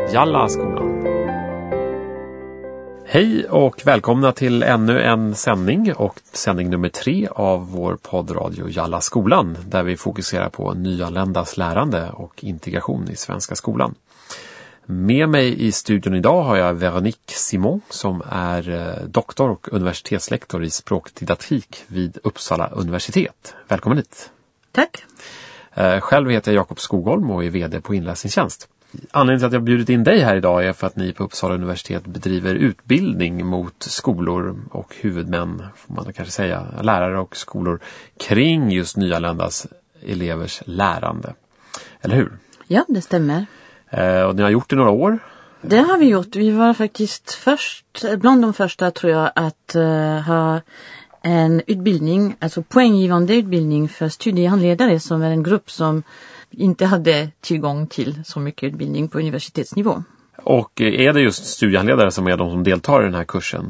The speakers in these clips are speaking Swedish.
Jalla skolan. Hej och välkomna till ännu en sändning och sändning nummer 3 av vår poddradio Jalla skolan, där vi fokuserar på nyanländas lärande och integration i svenska skolan. Med mig i studion idag har jag Véronique Simon som är doktor och universitetslektor i språkdidaktik vid Uppsala universitet. Välkommen hit. Tack. Själv heter jag Jakob Skogholm och är vd på Inläsningstjänst. Anledningen till att jag bjudit in dig här idag är för att ni på Uppsala universitet bedriver utbildning mot skolor och huvudmän, får man kanske säga, lärare och skolor kring just nyanländas elevers lärande. Eller hur? Ja, det stämmer. Och ni har gjort det några år? Det har vi gjort. Vi var faktiskt bland de första tror jag att ha en utbildning, alltså poänggivande utbildning för studiehandledare som är en grupp som inte hade tillgång till så mycket utbildning på universitetsnivå. Och är det just studiehandledare som är de som deltar i den här kursen?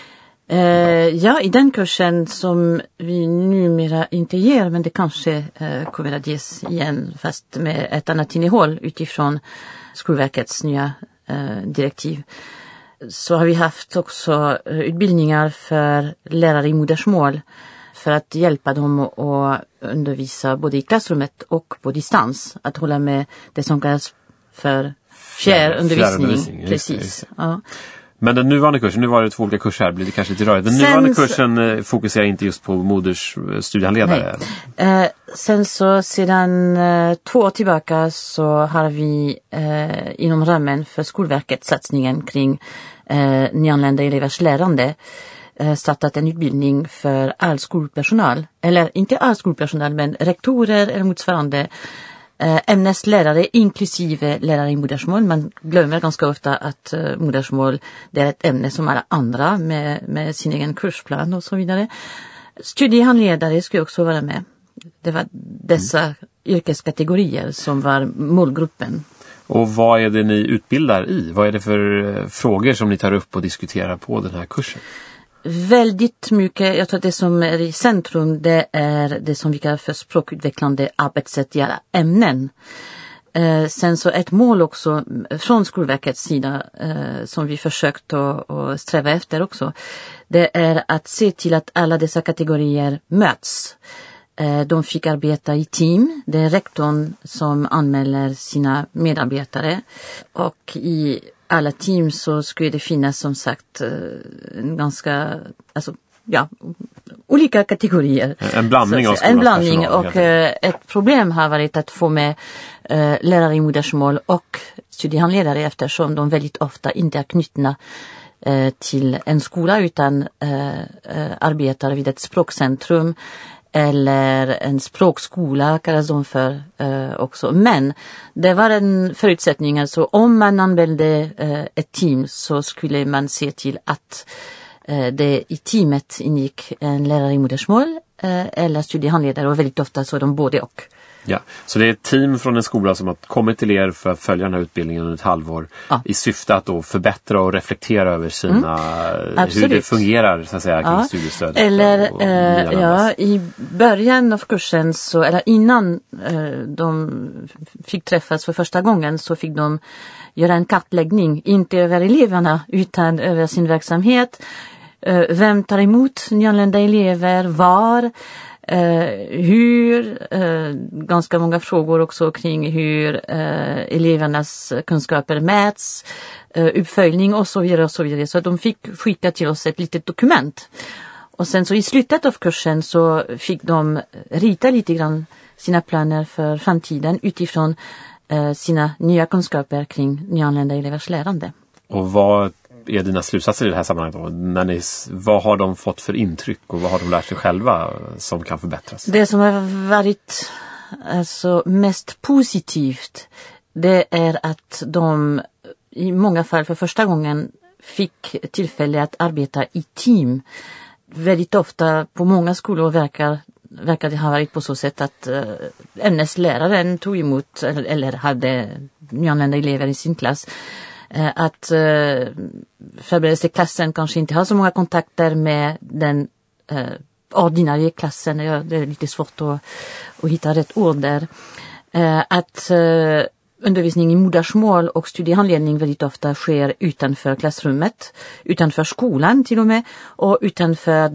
Ja, i den kursen som vi numera inte ger, men det kanske kommer att ges igen fast med ett annat innehåll utifrån Skolverkets nya direktiv. Så har vi haft också utbildningar för lärare i modersmål för att hjälpa dem att undervisa både i klassrummet och på distans. Att hålla med det som kallas för fjärrundervisning. Precis. Ja. Men den nuvarande kursen, nu var det 2 olika kurser här, blir det kanske lite rörigt. Den nuvarande kursen fokuserar inte just på studiehandledare. Sen så sedan 2 år tillbaka så har vi inom ramen för Skolverket satsningen kring nyanlända elevers lärande startat en utbildning för all skolpersonal, eller inte all skolpersonal men rektorer eller motsvarande ämneslärare inklusive lärare i modersmål. Man glömmer ganska ofta att modersmål det är ett ämne som alla andra med sin egen kursplan och så vidare. Studiehandledare skulle också vara med. Det var dessa yrkeskategorier som var målgruppen. Och vad är det ni utbildar i? Vad är det för frågor som ni tar upp och diskuterar på den här kursen? Väldigt mycket, jag tror att det som är i centrum det är det som vi kallar för språkutvecklande arbetssätt i alla ämnen. Sen så ett mål också från Skolverkets sida som vi försökt att sträva efter också. Det är att se till att alla dessa kategorier möts. De fick arbeta i team. Det är rektorn som anmäler sina medarbetare. Och i alla team så skulle det finnas som sagt en ganska, olika kategorier. En blandning av skolans en blandning personal, och ett problem har varit att få med lärare i modersmål och studiehandledare eftersom de väldigt ofta inte är knutna till en skola utan arbetar vid ett språkcentrum eller en språkskola kallas de för också. Men det var en förutsättning, alltså om man använde ett team så skulle man se till att det i teamet ingick en lärare i modersmål eller studiehandledare och väldigt ofta så är de både och. Ja, så det är ett team från en skola som har kommit till er för att följa den här utbildningen under ett halvår i syfte att då förbättra och reflektera över sina hur det fungerar så att säga kring studiestödet. Eller i början av kursen så, eller innan de fick träffas för första gången så fick de göra en kartläggning, inte över eleverna utan över sin verksamhet. Vem tar emot nyanlända elever, var, hur, ganska många frågor också kring hur elevernas kunskaper mäts, uppföljning och så vidare och så vidare. Så de fick skicka till oss ett litet dokument. Och sen så i slutet av kursen så fick de rita lite grann sina planer för framtiden utifrån sina nya kunskaper kring nyanlända elevers lärande. Och vad är dina slutsatser i det här sammanhanget då? Vad har de fått för intryck och vad har de lärt sig själva som kan förbättras? Det som har varit mest positivt det är att de i många fall för första gången fick tillfälle att arbeta i team. Väldigt ofta på många skolor verkar det ha varit på så sätt att ämnesläraren tog emot eller hade nyanlända elever i sin klass. Att förberedelseklassen kanske inte har så många kontakter med den ordinarie klassen. Det är lite svårt att hitta rätt ord där. Att undervisning i modersmål och studiehandledning väldigt ofta sker utanför klassrummet, utanför skolan till och med, och utanför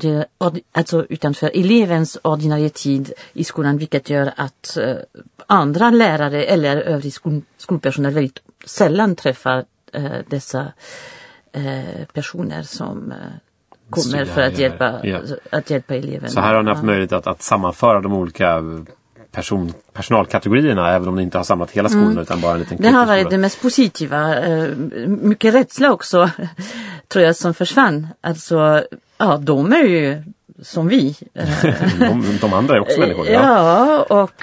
utanför elevens ordinarie tid i skolan, vilket gör att andra lärare eller övrig skolpersonal väldigt sällan träffar dessa personer som kommer för att hjälpa eleven. Så här har ni haft möjlighet att sammanföra de olika personalkategorierna, även om ni inte har samlat hela skolan utan bara en liten Det har varit det mest positiva. Mycket rädsla också, tror jag, som försvann. Alltså, ja, de är ju som vi. de andra är också människor. Ja, och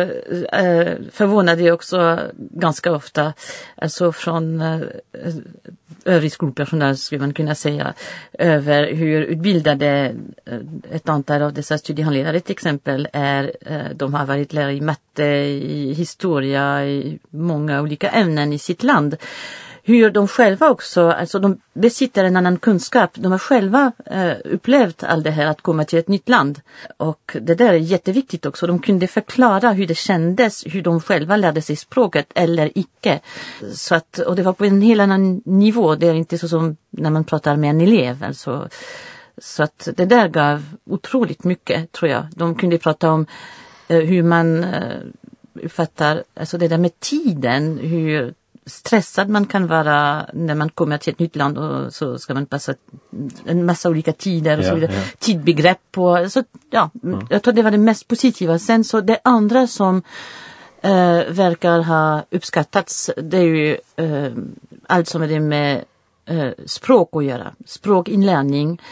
förvånade också ganska ofta, alltså från övrig skolpersonal skulle man kunna säga, över hur utbildade ett antal av dessa studiehandledare till exempel är. De har varit lärare i matte, i historia, i många olika ämnen i sitt land. Hur de själva också, alltså de besitter en annan kunskap. De har själva upplevt allt det här att komma till ett nytt land. Och det där är jätteviktigt också. De kunde förklara hur det kändes, hur de själva lärde sig språket eller icke. Så att, och det var på en helt annan nivå. Det är inte så som när man pratar med en elev. Alltså. Så att det där gav otroligt mycket, tror jag. De kunde prata om hur man uppfattar, alltså det där med tiden, hur stressad man kan vara när man kommer till ett nytt land och så ska man passa en massa olika tider och så vidare. Ja. Tidbegrepp och så, jag tror det var det mest positiva. Sen så det andra som verkar ha uppskattats, det är ju allt som är det med språk att göra. Språkinlärning,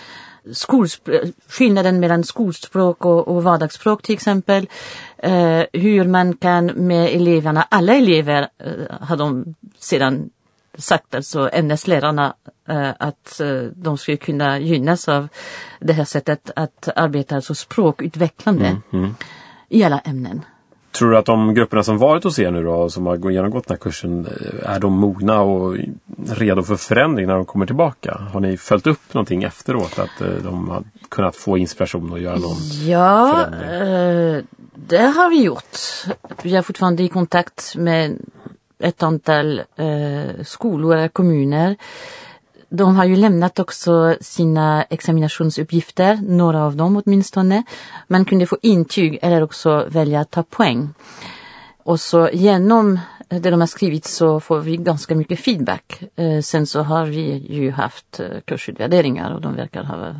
skillnaden mellan skolspråk och vardagsspråk till exempel. Hur man kan med eleverna, alla elever har de sedan sagt, alltså ämneslärarna, att de skulle kunna gynnas av det här sättet att arbeta, alltså språkutvecklande i alla ämnen. Tror du att de grupperna som varit hos er nu då, som har genomgått den här kursen, är de mogna och redo för förändring när de kommer tillbaka? Har ni följt upp någonting efteråt, att de har kunnat få inspiration och göra någon förändring? Det har vi gjort. Vi är fortfarande i kontakt med ett antal skolor eller kommuner. De har ju lämnat också sina examinationsuppgifter, några av dem åtminstone. Man kunde få intyg eller också välja att ta poäng. Och så genom det de har skrivit så får vi ganska mycket feedback. Sen så har vi ju haft kursutvärderingar och de verkar ha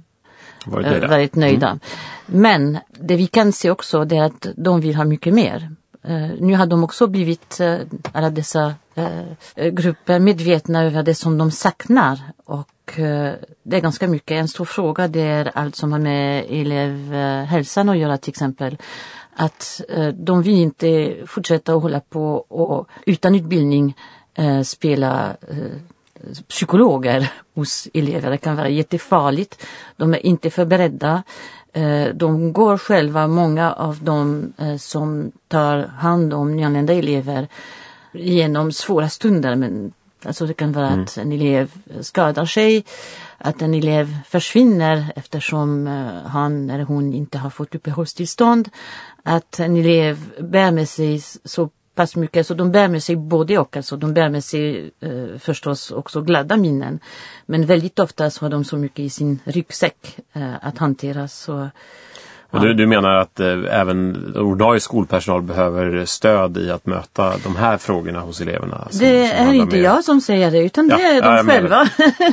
varit nöjda. Men det vi kan se också är att de vill ha mycket mer. Nu har de också blivit alla dessa grupper medvetna över det som de saknar, och det är ganska mycket. En stor fråga, det är allt som har med elevhälsan att göra till exempel. Att de vill inte fortsätta att hålla på och utan utbildning spela psykologer hos elever. Det kan vara jättefarligt. De är inte förberedda. De går själva, många av dem som tar hand om nyanlända elever, genom svåra stunder. Men alltså det kan vara att en elev skadar sig, att en elev försvinner eftersom han eller hon inte har fått uppehållstillstånd, att en elev bär med sig så pass mycket, så de bär med sig både och, alltså de bär med sig förstås också glada minnen, men väldigt ofta så har de så mycket i sin ryggsäck att hantera. Så och du menar att även ordinarie skolpersonal behöver stöd i att möta de här frågorna hos eleverna? Det är inte jag som säger det, utan det är de själva.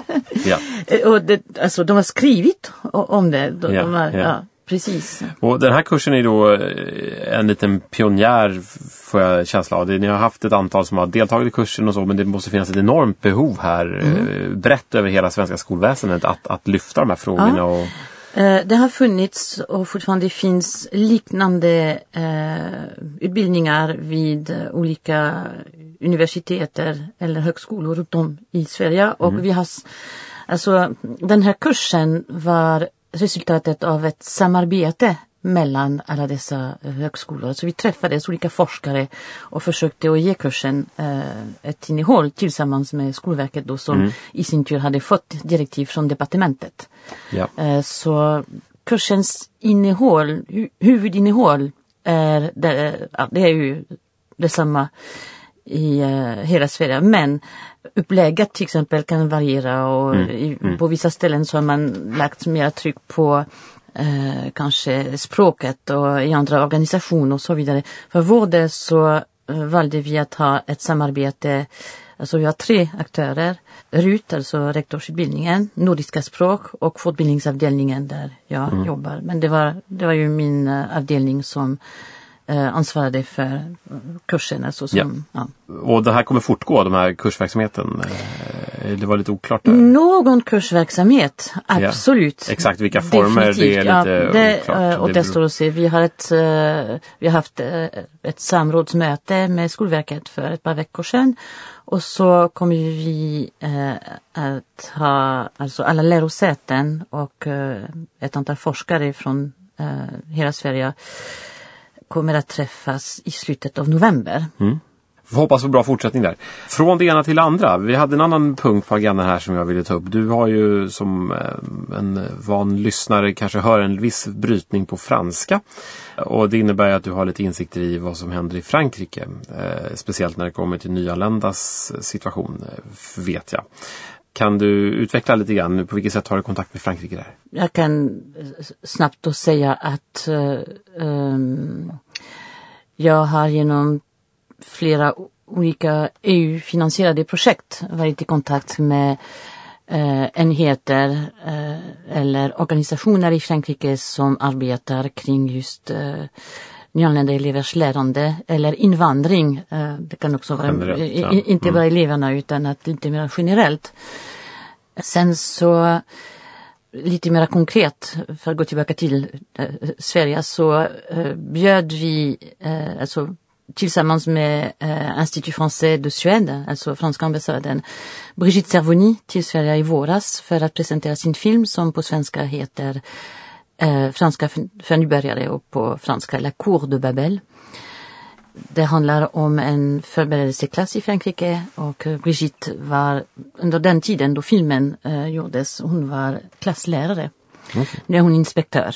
Och alltså de har skrivit om det. Precis. Och den här kursen är då en liten pionjär, får jag känsla av. Ni har haft ett antal som har deltagit i kursen och så, men det måste finnas ett enormt behov här brett över hela svenska skolväsendet att lyfta de här frågorna. Ja. Och det har funnits och fortfarande finns liknande utbildningar vid olika universiteter eller högskolor runt om i Sverige. Och vi har, alltså den här kursen var resultatet av ett samarbete mellan alla dessa högskolor. Så vi träffades olika forskare och försökte att ge kursen ett innehåll tillsammans med Skolverket då, som i sin tur hade fått direktiv från departementet. Ja. Så kursens innehåll, huvudinnehåll, det är ju detsamma hela Sverige. Men upplägget till exempel kan variera och på vissa ställen så har man lagt mer tryck på kanske språket och i andra organisationer och så vidare. För vår del så valde vi att ha ett samarbete. Alltså vi har 3 aktörer. RUT, alltså rektorsutbildningen, nordiska språk och fortbildningsavdelningen där jag jobbar. Men det var ju min avdelning som ansvarade för kursen. Alltså som, ja. Och det här kommer fortgå, de här kursverksamheten? Det var lite oklart där. Någon kursverksamhet, absolut. Ja. Exakt vilka former, definitivt. Det är lite oklart. Och det står att se. Vi har haft ett samrådsmöte med Skolverket för ett par veckor sedan. Och så kommer vi att ha alltså alla lärosäten och ett antal forskare från hela Sverige kommer att träffas i slutet av november. Vi hoppas på bra fortsättning där. Från det ena till det andra. Vi hade en annan punkt på agendan här som jag ville ta upp. Du har ju som en van lyssnare kanske hör en viss brytning på franska. Och det innebär att du har lite insikter i vad som händer i Frankrike. Speciellt när det kommer till nyanländas situation, vet jag. Kan du utveckla lite grann? På vilket sätt har du kontakt med Frankrike där? Jag kan snabbt då säga att jag har genom flera olika EU-finansierade projekt varit i kontakt med enheter eller organisationer i Frankrike som arbetar kring just nyanlända elevers lärande eller invandring. Det kan också vara inte bara eleverna utan att lite mer generellt. Sen så lite mer konkret, för att gå tillbaka till Sverige, så bjöd vi alltså tillsammans med Institut Français de Suède, alltså franska ambassaden, Brigitte Servoni till Sverige i våras för att presentera sin film som på svenska heter Franska för nybörjare och på franska La Cour de Babel. Det handlar om en förberedelseklass i Frankrike och Brigitte var under den tiden då filmen gjordes, hon var klasslärare. Nu är hon inspektör.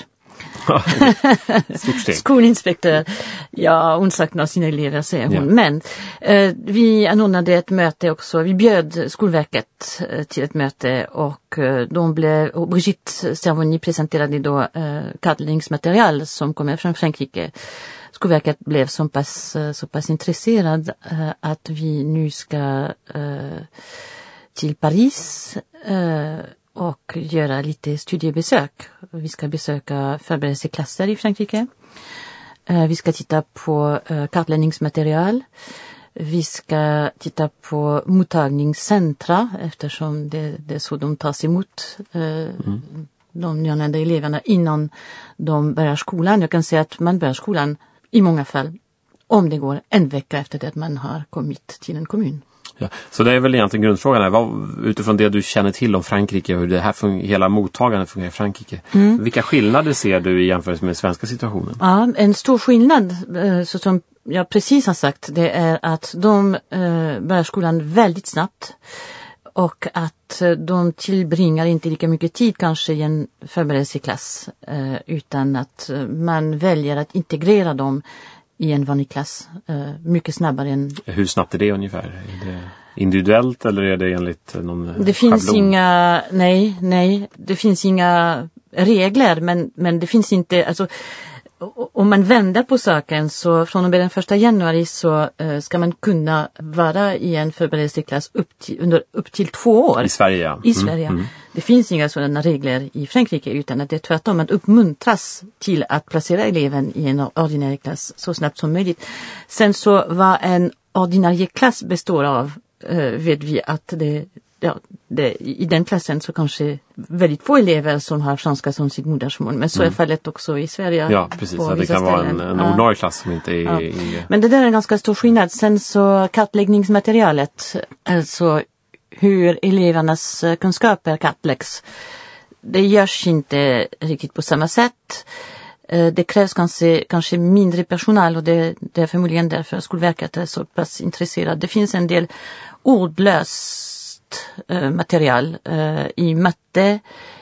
Skolinspektör. Ja, hon saknar sina elever, säger hon. Ja. Men vi anordnade ett möte också. Vi bjöd Skolverket till ett möte och Brigitte Servoni presenterade då kartläggningsmaterial som kommer från Frankrike. Skolverket blev så pass intresserad att vi nu ska till Paris och göra lite studiebesök. Vi ska besöka förberedelseklasser i Frankrike. Vi ska titta på kartläggningsmaterial. Vi ska titta på mottagningscentra eftersom det är så de tas emot de nyanlända eleverna innan de börjar skolan. Jag kan säga att man börjar skolan i många fall om det går en vecka efter det att man har kommit till en kommun. Ja, så det är väl egentligen grundfrågan här. Utifrån det du känner till om Frankrike och hur det här hela mottagandet fungerar i Frankrike. Vilka skillnader ser du i jämförelse med den svenska situationen? Ja, en stor skillnad så som jag precis har sagt, det är att de börjar skolan väldigt snabbt och att de tillbringar inte lika mycket tid kanske i en förberedelseklass utan att man väljer att integrera dem i en vanlig klass mycket snabbare än... Hur snabbt är det ungefär? Är det individuellt eller är det enligt någon det finns schablon? Nej, det finns inga regler men det finns inte, alltså om man vänder på saken så från och med den 1 januari så ska man kunna vara i en förberedelseklass upp till 2 år. I Sverige, ja. I Sverige. Det finns inga sådana regler i Frankrike utan att det är tvärtom att uppmuntras till att placera eleven i en ordinär klass så snabbt som möjligt. Sen så vad en ordinär klass består av vet vi att i den klassen så kanske väldigt få elever som har franska som sitt modersmål. Men så är fallet också i Sverige. Ja, precis. Så det kan vara en ordinarie klass som inte är... Ja. Men det där är en ganska stor skillnad. Sen så kartläggningsmaterialet, alltså hur elevernas kunskaper kartläggs, det görs inte riktigt på samma sätt. Det krävs kanske mindre personal och det är förmodligen därför Skolverket är så pass intresserad. Det finns en del ordlöst material i matte,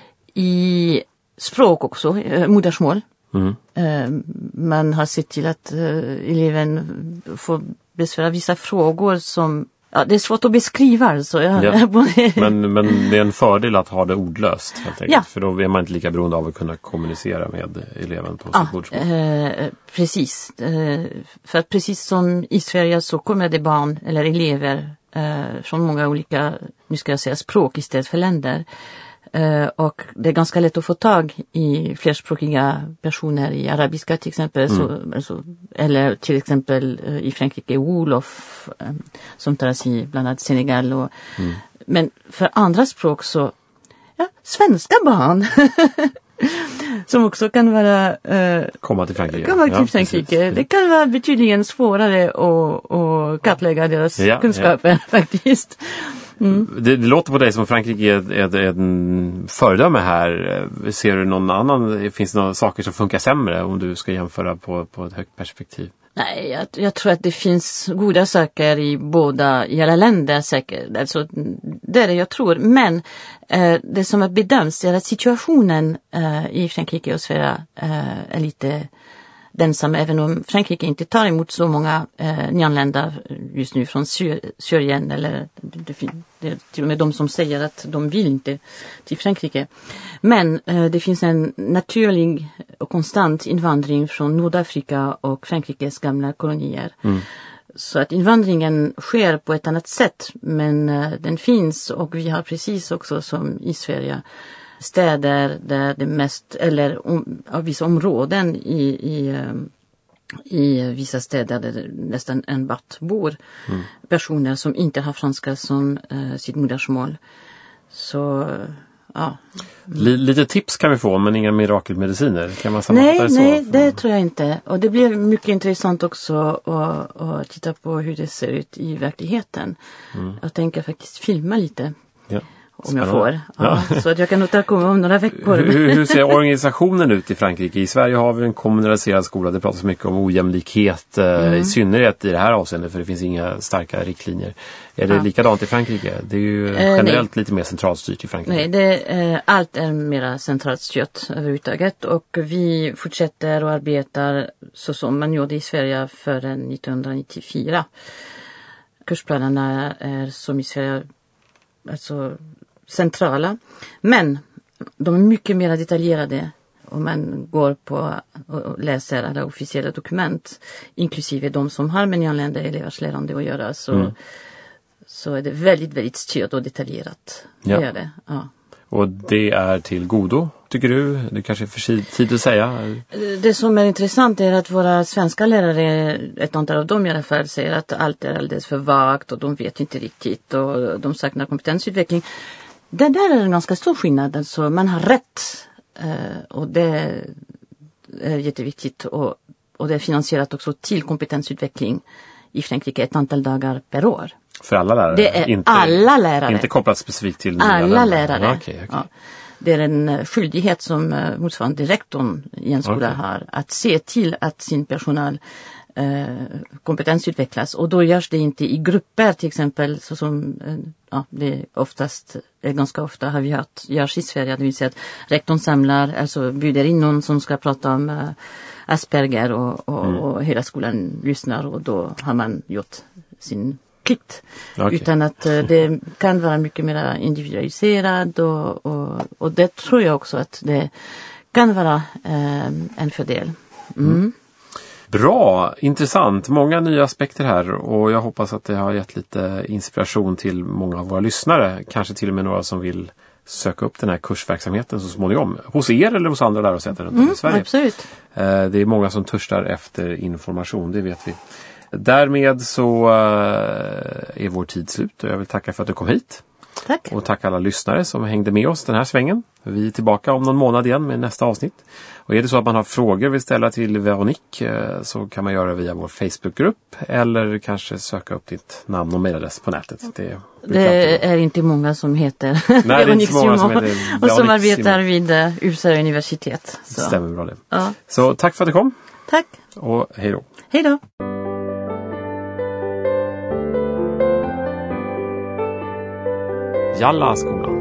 i språk också, modersmål. Man har sett till att eleven får besvara vissa frågor som... Ja, det är svårt att beskriva alltså. Ja. Men det är en fördel att ha det ordlöst helt enkelt. Ja. För då är man inte lika beroende av att kunna kommunicera med eleven på sitt bordsmål. Precis. För att precis som i Sverige så kommer det barn eller elever från många olika, nu ska jag säga, språk istället för länder. Och det är ganska lätt att få tag i flerspråkiga personer i arabiska till exempel. Eller till exempel i Frankrike Wolof som talas i bland annat Senegal. Men för andra språk så, svenska barn som också kan vara komma till Frankrike. Ja, det kan vara betydligt svårare att kartlägga deras kunskaper faktiskt. Det låter på dig som Frankrike är en föredöme här. Ser du någon annan, finns det några saker som funkar sämre om du ska jämföra på ett högt perspektiv? Nej, jag tror att det finns goda saker i alla länder säkert. Alltså, det är det jag tror. Men det som bedöms är att situationen i Frankrike och Sverige är lite densamma. Även om Frankrike inte tar emot så många nyanlända just nu från Syrien. Eller det är till och med de som säger att de vill inte till Frankrike. Men det finns en naturlig och konstant invandring från Nordafrika och Frankrikes gamla kolonier. Så att invandringen sker på ett annat sätt, men den finns, och vi har precis också som i Sverige städer där det mest, eller vissa områden i vissa städer där det nästan enbart bor personer som inte har franska som sitt modersmål. Så ja. Lite tips kan vi få, men inga mirakelmediciner. Kan man sammanfatta det så? Nej, det tror jag inte. Och det blir mycket intressant också att titta på hur det ser ut i verkligheten. Jag tänker faktiskt filma lite. Ja. Om jag får. Ja. Så att jag kan återkomma om några veckor. Hur ser organisationen ut i Frankrike? I Sverige har vi en kommunaliserad skola. Det pratas mycket om ojämlikhet, i synnerhet i det här avseendet, för det finns inga starka riktlinjer. Är det likadant i Frankrike? Det är ju generellt lite mer centralstyrt i Frankrike. Nej, allt är mer centralt styrt överhuvudtaget, och vi fortsätter och arbetar så som man gjorde i Sverige före 1994. Kursplanerna är som i Sverige alltså centrala, men de är mycket mer detaljerade om man går på och läser alla officiella dokument, inklusive de som har med nyanlända elevers lärande att göra, så är det väldigt, väldigt styrt och detaljerat. Ja. Det är det. Ja. Och det är till godo, tycker du? Det kanske är för tid att säga. Det som är intressant är att våra svenska lärare, ett antal av dem i alla fall, säger att allt är alldeles för vagt och de vet inte riktigt och de saknar kompetensutveckling. Det där är en ganska stor skillnad. Alltså man har rätt och det är jätteviktigt, och det är finansierat också till kompetensutveckling i Frankrike ett antal dagar per år. För alla lärare? Det är alla lärare. Inte kopplat specifikt till alla lärare. Okay. Ja. Det är en skyldighet som motsvarande rektorn i en skola har, att se till att sin personal kompetens utvecklas, och då görs det inte i grupper till exempel, så som det ganska ofta har vi hört görs i Sverige, det vill säga att rektorn samlar, alltså bjuder in någon som ska prata om Asperger och hela skolan lyssnar, och då har man gjort sin plikt. Utan att det kan vara mycket mer individualiserad, och det tror jag också att det kan vara en fördel. Bra, intressant. Många nya aspekter här, och jag hoppas att det har gett lite inspiration till många av våra lyssnare. Kanske till och med några som vill söka upp den här kursverksamheten så småningom. Hos er eller hos andra lärosäten runt om i Sverige. Absolut. Det är många som törstar efter information, det vet vi. Därmed så är vår tid slut, och jag vill tacka för att du kom hit. Tack. Och tack alla lyssnare som hängde med oss den här svängen. Vi är tillbaka om någon månad igen med nästa avsnitt. Och är det så att man har frågor vill ställa till Veronique, så kan man göra via vår Facebookgrupp, eller kanske söka upp ditt namn och mejladress på nätet. Det är inte många som heter Veronique Simon och som arbetar vid Uppsala universitet. Så. Det stämmer bra det. Ja. Så tack för att du kom. Tack. Och hej då. Hej då. Jalla skolan.